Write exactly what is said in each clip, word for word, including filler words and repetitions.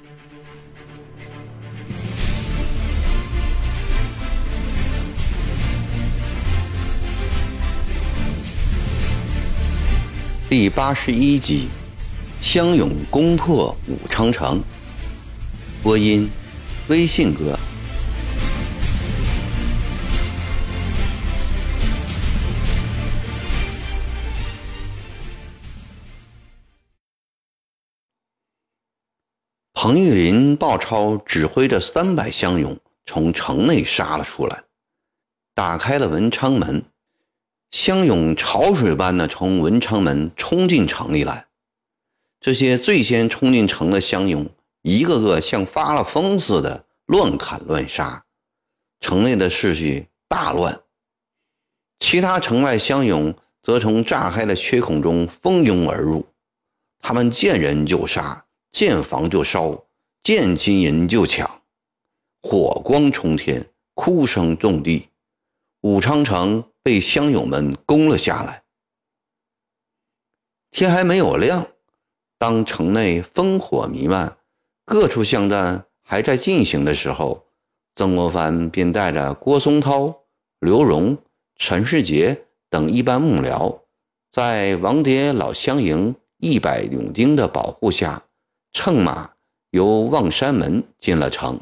第八十一集，湘勇攻破武昌城。播音：微信哥。彭玉麟、鲍超指挥着三百湘勇从城内杀了出来，打开了文昌门。湘勇潮水般的从文昌门冲进城里来。这些最先冲进城的湘勇，一个个像发了疯似的乱砍乱杀，城内的秩序大乱。其他城外湘勇则从炸开的缺孔中蜂拥而入，他们见人就杀，见房就烧，见金银就抢，火光冲天，哭声动地。武昌城被湘勇们攻了下来。天还没有亮，当城内烽火弥漫，各处巷战还在进行的时候，曾国藩便带着郭松涛、刘荣、陈世杰等一班幕僚，在王蝶老乡营一百勇丁的保护下，乘马由望山门进了城。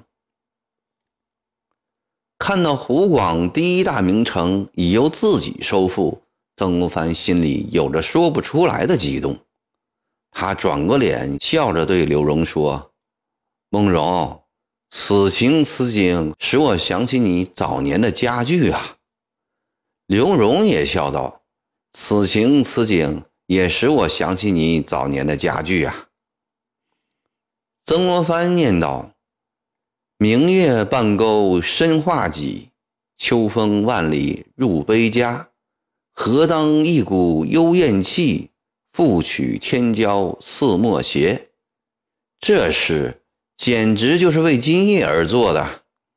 看到湖广第一大名城已由自己收复，曾国藩心里有着说不出来的激动。他转过脸，笑着对刘荣说：“孟荣，此情此景使我想起你早年的家具啊。”刘荣也笑道：“此情此景也使我想起你早年的家具啊。”曾国藩念道：“明月半钩深画戟，秋风万里入悲家。何当一股幽咽气，复取天骄似墨邪。”这诗简直就是为今夜而作的。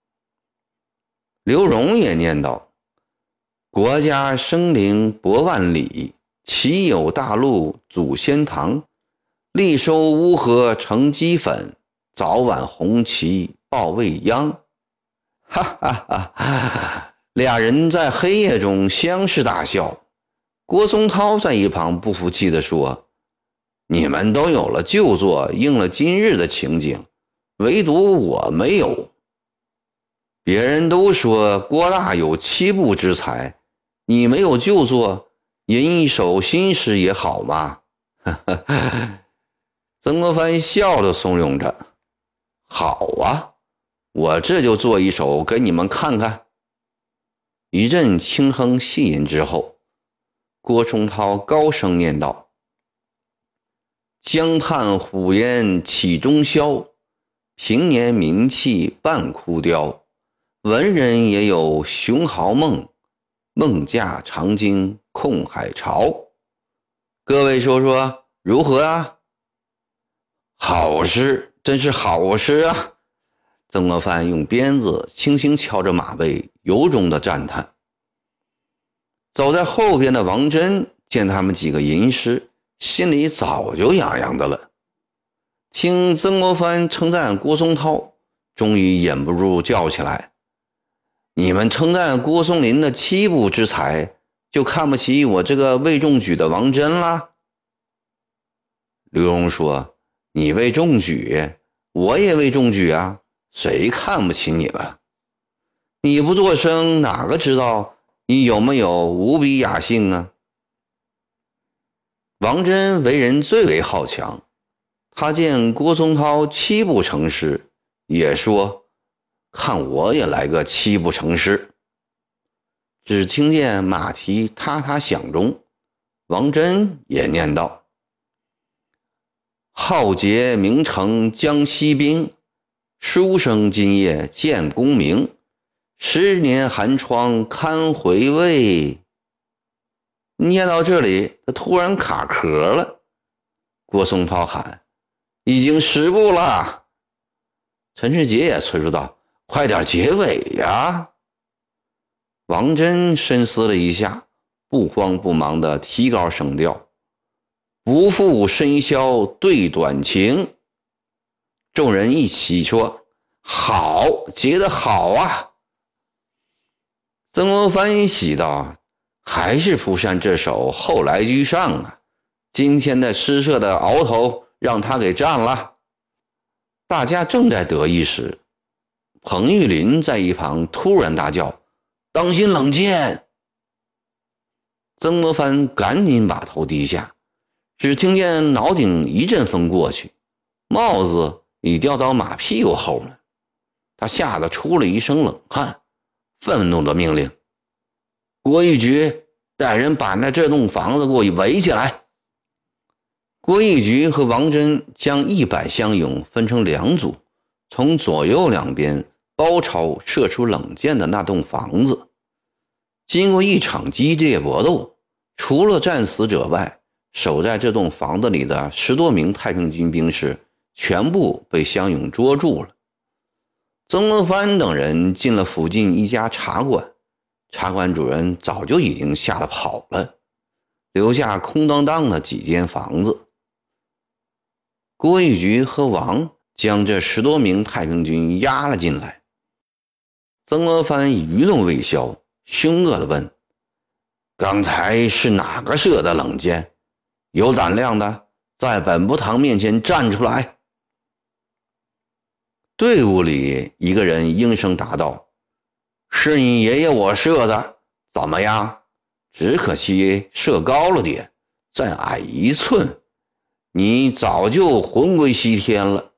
刘荣也念道：“国家生灵博万里，岂有大陆祖先堂。力收乌合成齑粉，早晚红旗报未央。”哈哈哈哈！俩人在黑夜中相视大笑。郭松涛在一旁不服气地说：“你们都有了旧作，应了今日的情景，唯独我没有。别人都说郭大有七步之才，你没有旧作，吟一首新诗也好嘛。”曾国藩笑着怂恿着：“好啊，我这就做一首给你们看看。”一阵轻哼细吟之后，郭松涛高声念道：“江畔虎烟起中宵，平年名气半枯凋。文人也有雄豪梦，梦驾长鲸控海潮。”各位说说如何啊？好诗，真是好诗啊！曾国藩用鞭子轻轻敲着马背，由衷的赞叹。走在后边的王真见他们几个吟诗，心里早就痒痒的了。听曾国藩称赞郭松涛，终于忍不住叫起来：“你们称赞郭松龄的七步之才，就看不起我这个魏中举的王真啦？”刘荣说：“你为中举，我也为中举啊，谁看不起你们？你不作声，哪个知道你有没有无比雅兴啊？”王真为人最为好强，他见郭松涛七步成诗，也说：“看我也来个七步成诗。”只听见马蹄踏踏响中，王真也念道：“浩劫名城江西兵，书生今夜见功名。十年寒窗堪回味。”念到这里，他突然卡壳了。郭松涛喊：“已经十步了！”陈世杰也催促道：“快点结尾呀！”王真深思了一下，不慌不忙地提高声调：“不负深宵对短情。” 众人一起说：“好，结得好啊！”曾国藩一喜道：“还是蒲山这手后来居上啊！今天的诗社的鳌头让他给占了。”大家正在得意时，彭玉麟在一旁突然大叫：“当心冷箭！”曾国藩赶紧把头低下，只听见脑顶一阵风过去，帽子已掉到马屁股后面。他吓得出了一身冷汗，愤怒的命令：“郭义举，带人把那这栋房子给我围起来。”郭义举和王真将一百乡勇分成两组，从左右两边包抄射出冷箭的那栋房子。经过一场激烈搏斗，除了战死者外，守在这栋房子里的十多名太平军兵士全部被乡勇捉住了。曾国藩等人进了附近一家茶馆，茶馆主人早就已经吓得跑了，留下空荡荡的几间房子。郭义举和王将这十多名太平军押了进来。曾国藩余怒未消，凶恶地问：“刚才是哪个射的冷箭？有胆量的在本部堂面前站出来！”队伍里一个人应声答道：“是你爷爷我射的，怎么样？只可惜射高了点，再矮一寸，你早就魂归西天了。”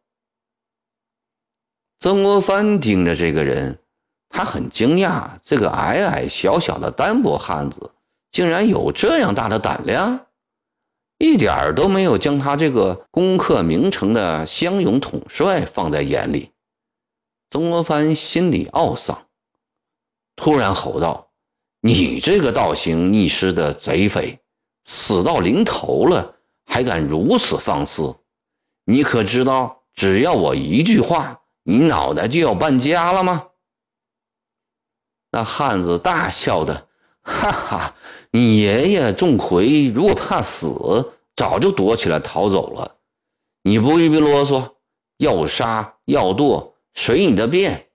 曾国藩盯着这个人，他很惊讶，这个矮矮小小的单薄汉子竟然有这样大的胆量，一点儿都没有将他这个攻克名城的乡勇统帅放在眼里。曾国藩心里懊丧，突然吼道：“你这个倒行逆施的贼匪，死到临头了还敢如此放肆！你可知道只要我一句话，你脑袋就要搬家了吗？”那汉子大笑的：“哈哈，你爷爷钟馗如果怕死，早就躲起来逃走了。你不必啰嗦，要杀要剁，随你的便。”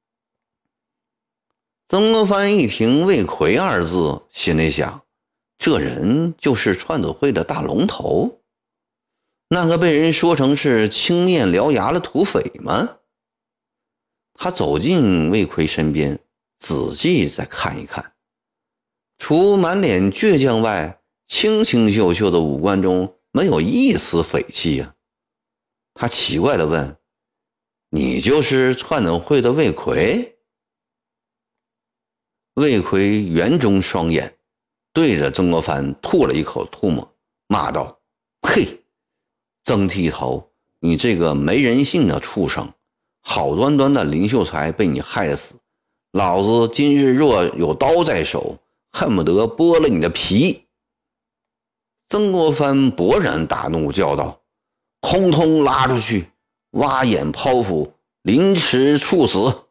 曾国藩一听魏逵二字，心里想，这人就是串斗会的大龙头，那个被人说成是青面獠牙的土匪吗？他走进魏逵身边，仔细再看一看，除满脸倔强外，清清秀秀的五官中没有一丝匪气呀、啊。他奇怪地问：“你就是串斗会的魏逵？”魏逵圆睁双眼，对着曾国藩吐了一口唾沫，骂道：“呸！曾剃头，你这个没人性的畜生！好端端的林秀才被你害死，老子今日若有刀在手，恨不得剥了你的皮！”曾国藩勃然大怒，叫道：“通通拉出去，挖眼剖腹，凌迟处死！”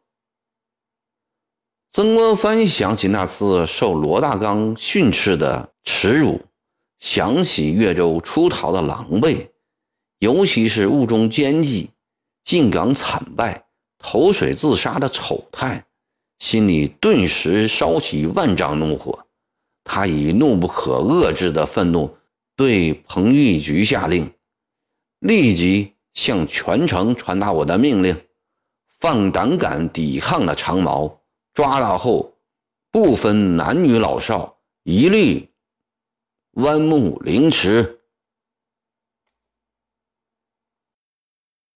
曾国藩想起那次受罗大刚训斥的耻辱，想起越州出逃的狼狈，尤其是雾中奸计、进港惨败、投水自杀的丑态，心里顿时烧起万丈怒火。他以怒不可遏制的愤怒对彭玉举下令，立即向全城传达我的命令：放胆敢抵抗的长毛，抓到后不分男女老少，一律剜目凌迟。